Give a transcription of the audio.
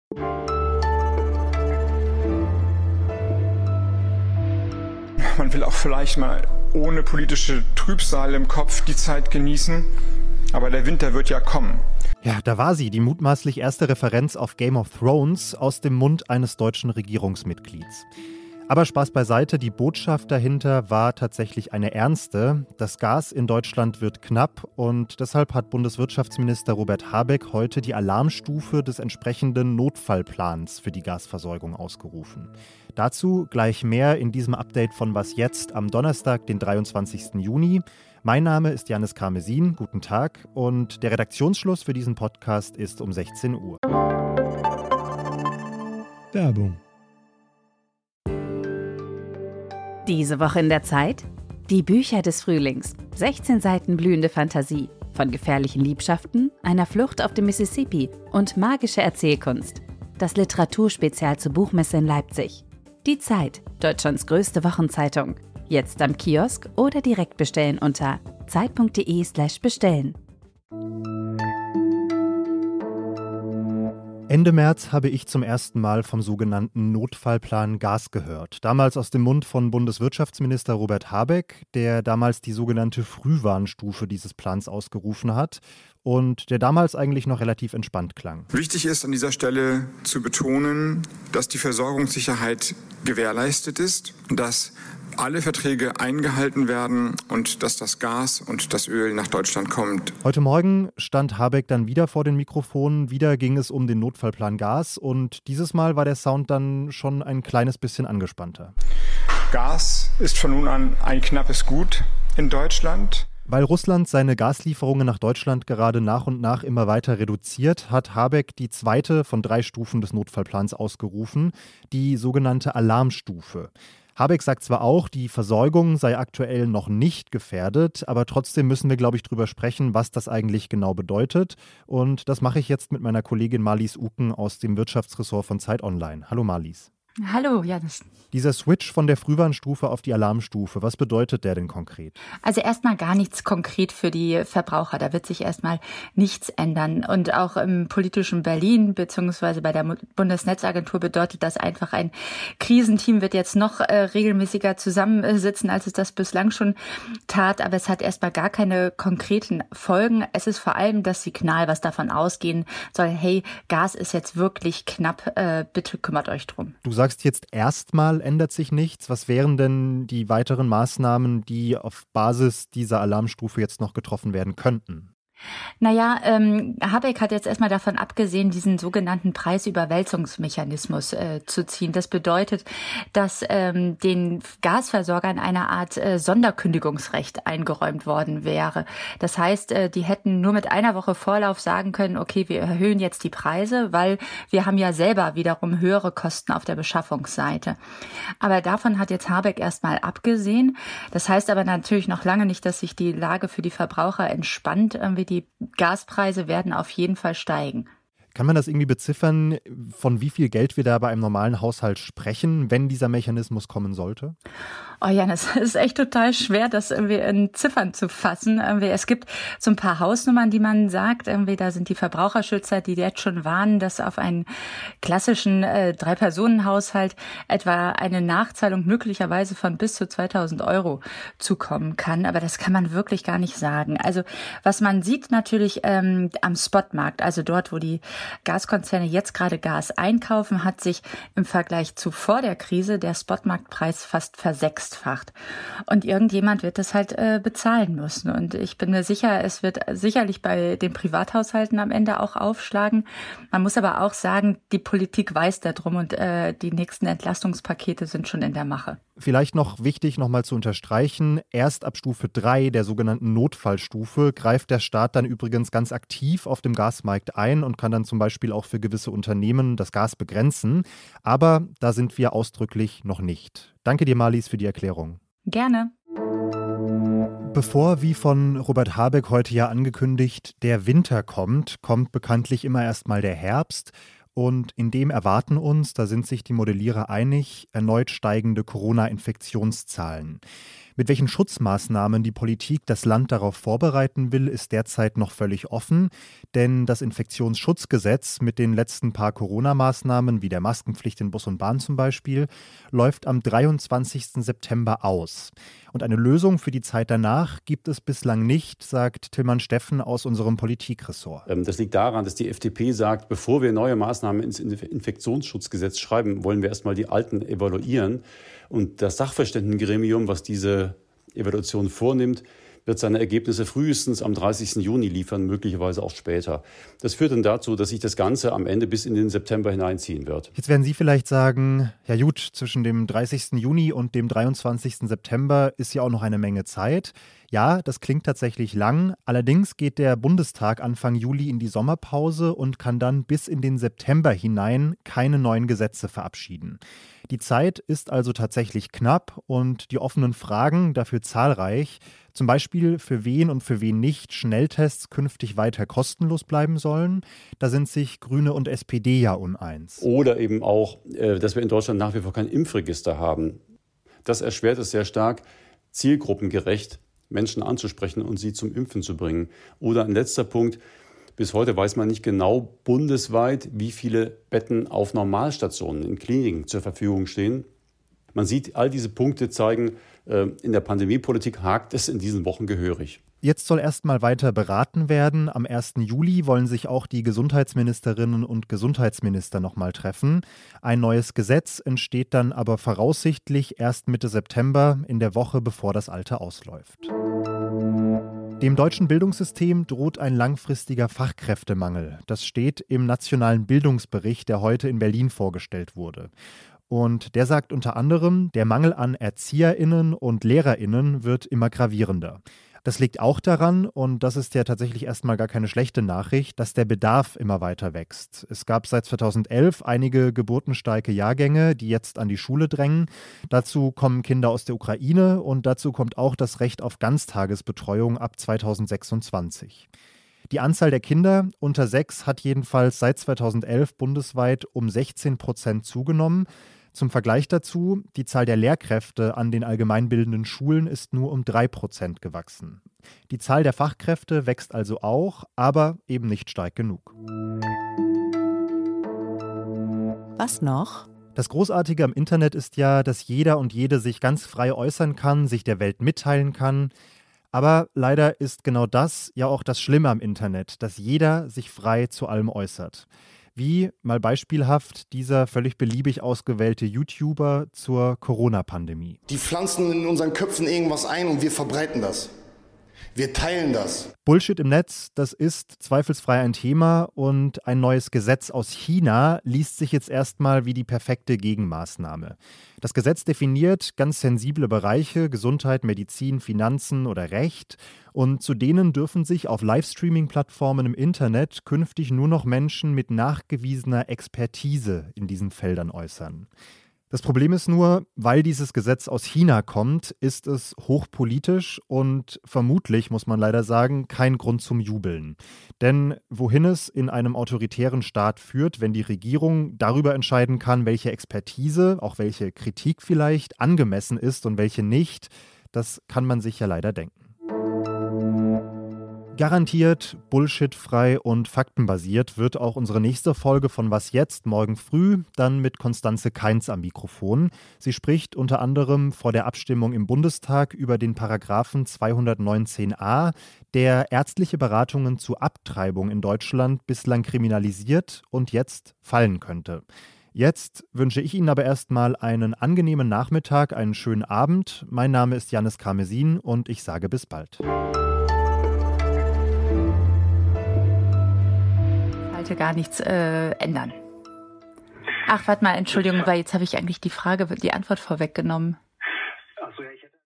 Man will auch vielleicht mal ohne politische Trübsal im Kopf die Zeit genießen, aber der Winter wird ja kommen. Ja, da war sie, die mutmaßlich erste Referenz auf Game of Thrones aus dem Mund eines deutschen Regierungsmitglieds. Aber Spaß beiseite, die Botschaft dahinter war tatsächlich eine ernste. Das Gas in Deutschland wird knapp und deshalb hat Bundeswirtschaftsminister Robert Habeck heute die Alarmstufe des entsprechenden Notfallplans für die Gasversorgung ausgerufen. Dazu gleich mehr in diesem Update von Was jetzt am Donnerstag, den 23. Juni. Mein Name ist Janis Karmesin, guten Tag und der Redaktionsschluss für diesen Podcast ist um 16 Uhr. Werbung. Diese Woche in der Zeit? Die Bücher des Frühlings. 16 Seiten blühende Fantasie. Von gefährlichen Liebschaften, einer Flucht auf dem Mississippi und magische Erzählkunst. Das Literaturspezial zur Buchmesse in Leipzig. Die Zeit, Deutschlands größte Wochenzeitung. Jetzt am Kiosk oder direkt bestellen unter zeit.de/bestellen. Ende März habe ich zum ersten Mal vom sogenannten Notfallplan Gas gehört. Damals aus dem Mund von Bundeswirtschaftsminister Robert Habeck, der damals die sogenannte Frühwarnstufe dieses Plans ausgerufen hat und der damals eigentlich noch relativ entspannt klang. Wichtig ist an dieser Stelle zu betonen, dass die Versorgungssicherheit gewährleistet ist, dass alle Verträge eingehalten werden und dass das Gas und das Öl nach Deutschland kommt. Heute Morgen stand Habeck dann wieder vor den Mikrofonen. Wieder ging es um den Notfallplan Gas und dieses Mal war der Sound dann schon ein kleines bisschen angespannter. Gas ist von nun an ein knappes Gut in Deutschland. Weil Russland seine Gaslieferungen nach Deutschland gerade nach und nach immer weiter reduziert, hat Habeck die zweite von 3 Stufen des Notfallplans ausgerufen, die sogenannte Alarmstufe. Habeck sagt zwar auch, die Versorgung sei aktuell noch nicht gefährdet, aber trotzdem müssen wir, glaube ich, drüber sprechen, was das eigentlich genau bedeutet. Und das mache ich jetzt mit meiner Kollegin Marlies Uken aus dem Wirtschaftsressort von Zeit Online. Hallo Marlies. Hallo, Janis. Dieser Switch von der Frühwarnstufe auf die Alarmstufe, was bedeutet der denn konkret? Also erstmal gar nichts konkret für die Verbraucher. Da wird sich erstmal nichts ändern. Und auch im politischen Berlin bzw. bei der Bundesnetzagentur bedeutet das einfach, ein Krisenteam wird jetzt noch regelmäßiger zusammensitzen, als es das bislang schon tat. Aber es hat erstmal gar keine konkreten Folgen. Es ist vor allem das Signal, was davon ausgehen soll, hey, Gas ist jetzt wirklich knapp, bitte kümmert euch drum. Du sagst jetzt erstmal ändert sich nichts. Was wären denn die weiteren Maßnahmen, die auf Basis dieser Alarmstufe jetzt noch getroffen werden könnten? Naja, Habeck hat jetzt erstmal davon abgesehen, diesen sogenannten Preisüberwälzungsmechanismus zu ziehen. Das bedeutet, dass den Gasversorgern eine Art Sonderkündigungsrecht eingeräumt worden wäre. Das heißt, die hätten nur mit einer Woche Vorlauf sagen können, okay, wir erhöhen jetzt die Preise, weil wir haben ja selber wiederum höhere Kosten auf der Beschaffungsseite. Aber davon hat jetzt Habeck erstmal abgesehen. Das heißt aber natürlich noch lange nicht, dass sich die Lage für die Verbraucher entspannt. Die Gaspreise werden auf jeden Fall steigen. Kann man das irgendwie beziffern, von wie viel Geld wir da bei einem normalen Haushalt sprechen, wenn dieser Mechanismus kommen sollte? Oh ja, das ist echt total schwer, das irgendwie in Ziffern zu fassen. Es gibt so ein paar Hausnummern, die man sagt. Da sind die Verbraucherschützer, die jetzt schon warnen, dass auf einen klassischen 3-Personen-Haushalt etwa eine Nachzahlung möglicherweise von bis zu 2.000 € zukommen kann. Aber das kann man wirklich gar nicht sagen. Also was man sieht natürlich am Spotmarkt, also dort, wo die Gaskonzerne jetzt gerade Gas einkaufen, hat sich im Vergleich zu vor der Krise der Spotmarktpreis fast versechsfacht. Und irgendjemand wird das halt bezahlen müssen. Und ich bin mir sicher, es wird sicherlich bei den Privathaushalten am Ende auch aufschlagen. Man muss aber auch sagen, die Politik weiß darum und die nächsten Entlastungspakete sind schon in der Mache. Vielleicht noch wichtig, nochmal zu unterstreichen, erst ab Stufe 3 der sogenannten Notfallstufe greift der Staat dann übrigens ganz aktiv auf dem Gasmarkt ein und kann dann zum Beispiel auch für gewisse Unternehmen das Gas begrenzen. Aber da sind wir ausdrücklich noch nicht. Danke dir, Marlies, für die Erklärung. Gerne. Bevor, wie von Robert Habeck heute ja angekündigt, der Winter kommt, kommt bekanntlich immer erst mal der Herbst. Und in dem erwarten uns, da sind sich die Modellierer einig, erneut steigende Corona-Infektionszahlen. Mit welchen Schutzmaßnahmen die Politik das Land darauf vorbereiten will, ist derzeit noch völlig offen, denn das Infektionsschutzgesetz mit den letzten paar Corona-Maßnahmen, wie der Maskenpflicht in Bus und Bahn zum Beispiel, läuft am 23. September aus. Und eine Lösung für die Zeit danach gibt es bislang nicht, sagt Tillmann Steffen aus unserem Politikressort. Das liegt daran, dass die FDP sagt, bevor wir neue Maßnahmen ins Infektionsschutzgesetz schreiben, wollen wir erstmal die alten evaluieren. Und das Sachverständigengremium, was diese Evaluation vornimmt, wird seine Ergebnisse frühestens am 30. Juni liefern, möglicherweise auch später. Das führt dann dazu, dass sich das Ganze am Ende bis in den September hineinziehen wird. Jetzt werden Sie vielleicht sagen, ja gut, zwischen dem 30. Juni und dem 23. September ist ja auch noch eine Menge Zeit. Ja, das klingt tatsächlich lang. Allerdings geht der Bundestag Anfang Juli in die Sommerpause und kann dann bis in den September hinein keine neuen Gesetze verabschieden. Die Zeit ist also tatsächlich knapp und die offenen Fragen dafür zahlreich. Zum Beispiel, für wen und für wen nicht Schnelltests künftig weiter kostenlos bleiben sollen. Da sind sich Grüne und SPD ja uneins. Oder eben auch, dass wir in Deutschland nach wie vor kein Impfregister haben. Das erschwert es sehr stark, zielgruppengerecht Menschen anzusprechen und sie zum Impfen zu bringen. Oder ein letzter Punkt, bis heute weiß man nicht genau bundesweit, wie viele Betten auf Normalstationen in Kliniken zur Verfügung stehen. Man sieht, all diese Punkte zeigen, in der Pandemiepolitik hakt es in diesen Wochen gehörig. Jetzt soll erstmal weiter beraten werden. Am 1. Juli wollen sich auch die Gesundheitsministerinnen und Gesundheitsminister nochmal treffen. Ein neues Gesetz entsteht dann aber voraussichtlich erst Mitte September, in der Woche bevor das alte ausläuft. Dem deutschen Bildungssystem droht ein langfristiger Fachkräftemangel. Das steht im Nationalen Bildungsbericht, der heute in Berlin vorgestellt wurde. Und der sagt unter anderem, der Mangel an ErzieherInnen und LehrerInnen wird immer gravierender. Das liegt auch daran, und das ist ja tatsächlich erstmal gar keine schlechte Nachricht, dass der Bedarf immer weiter wächst. Es gab seit 2011 einige geburtenstarke Jahrgänge, die jetzt an die Schule drängen. Dazu kommen Kinder aus der Ukraine und dazu kommt auch das Recht auf Ganztagesbetreuung ab 2026. Die Anzahl der Kinder unter 6 hat jedenfalls seit 2011 bundesweit um 16% zugenommen. Zum Vergleich dazu, die Zahl der Lehrkräfte an den allgemeinbildenden Schulen ist nur um 3% gewachsen. Die Zahl der Fachkräfte wächst also auch, aber eben nicht stark genug. Was noch? Das Großartige am Internet ist ja, dass jeder und jede sich ganz frei äußern kann, sich der Welt mitteilen kann. Aber leider ist genau das ja auch das Schlimme am Internet, dass jeder sich frei zu allem äußert. Wie, mal beispielhaft, dieser völlig beliebig ausgewählte YouTuber zur Corona-Pandemie. Die pflanzen in unseren Köpfen irgendwas ein und wir verbreiten das. Wir teilen das. Bullshit im Netz, das ist zweifelsfrei ein Thema und ein neues Gesetz aus China liest sich jetzt erstmal wie die perfekte Gegenmaßnahme. Das Gesetz definiert ganz sensible Bereiche, Gesundheit, Medizin, Finanzen oder Recht und zu denen dürfen sich auf Livestreaming-Plattformen im Internet künftig nur noch Menschen mit nachgewiesener Expertise in diesen Feldern äußern. Das Problem ist nur, weil dieses Gesetz aus China kommt, ist es hochpolitisch und vermutlich, muss man leider sagen, kein Grund zum Jubeln. Denn wohin es in einem autoritären Staat führt, wenn die Regierung darüber entscheiden kann, welche Expertise, auch welche Kritik vielleicht angemessen ist und welche nicht, das kann man sich ja leider denken. Garantiert bullshitfrei und faktenbasiert wird auch unsere nächste Folge von Was jetzt morgen früh, dann mit Constanze Kainz am Mikrofon. Sie spricht unter anderem vor der Abstimmung im Bundestag über den Paragraphen 219a, der ärztliche Beratungen zu Abtreibung in Deutschland bislang kriminalisiert und jetzt fallen könnte. Jetzt wünsche ich Ihnen aber erstmal einen angenehmen Nachmittag, einen schönen Abend. Mein Name ist Jannis Karmesin und ich sage bis bald. Gar nichts ändern. Ach, warte mal, Entschuldigung, weil jetzt habe ich eigentlich die Antwort vorweggenommen.